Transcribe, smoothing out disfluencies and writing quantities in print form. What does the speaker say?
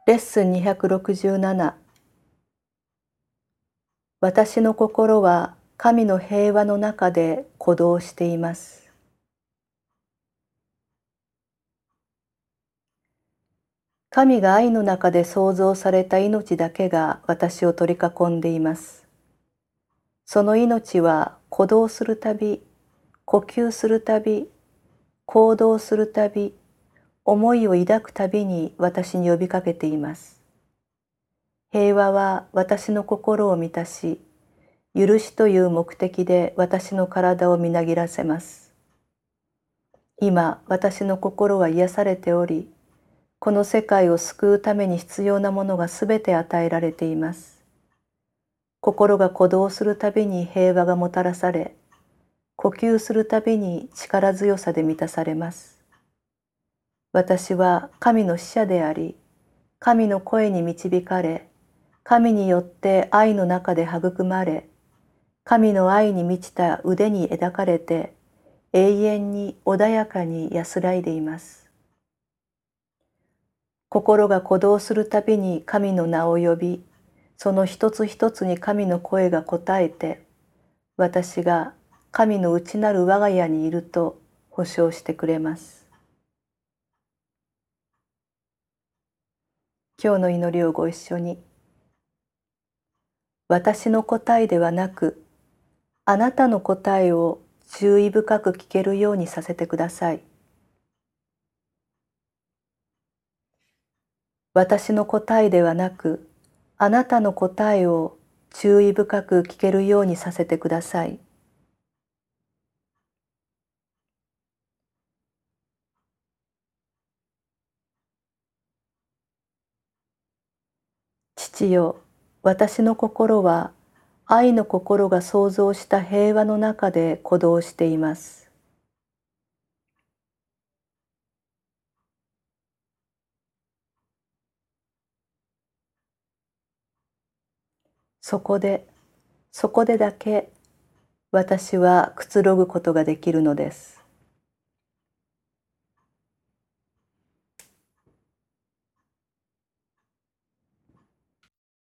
レッスン267。私の心は神の平和の中で鼓動しています。神が愛の中で創造された命だけが私を取り囲んでいます。その命は鼓動するたび、呼吸するたび、行動するたび、思いを抱くたびに私に呼びかけています。平和は私の心を満たし、許しという目的で私の体をみなぎらせます。今、私の心は癒されており、この世界を救うために必要なものがすべて与えられています。心が鼓動するたびに平和がもたらされ、呼吸するたびに力強さで満たされます。私は神の使者であり、神の声に導かれ、神によって愛の中で育まれ、神の愛に満ちた腕に抱かれて、永遠に穏やかに安らいでいます。心が鼓動するたびに神の名を呼び、その一つ一つに神の声が応えて、私が神の内なる我が家にいると保証してくれます。今日の祈りをご一緒に。私の答えではなく、あなたの答えを注意深く聞けるようにさせてください。私の答えではなく、あなたの答えを注意深く聞けるようにさせてください。父よ、私の心は愛の心が創造した平和の中で鼓動しています。そこで、そこでだけ私はくつろぐことができるのです。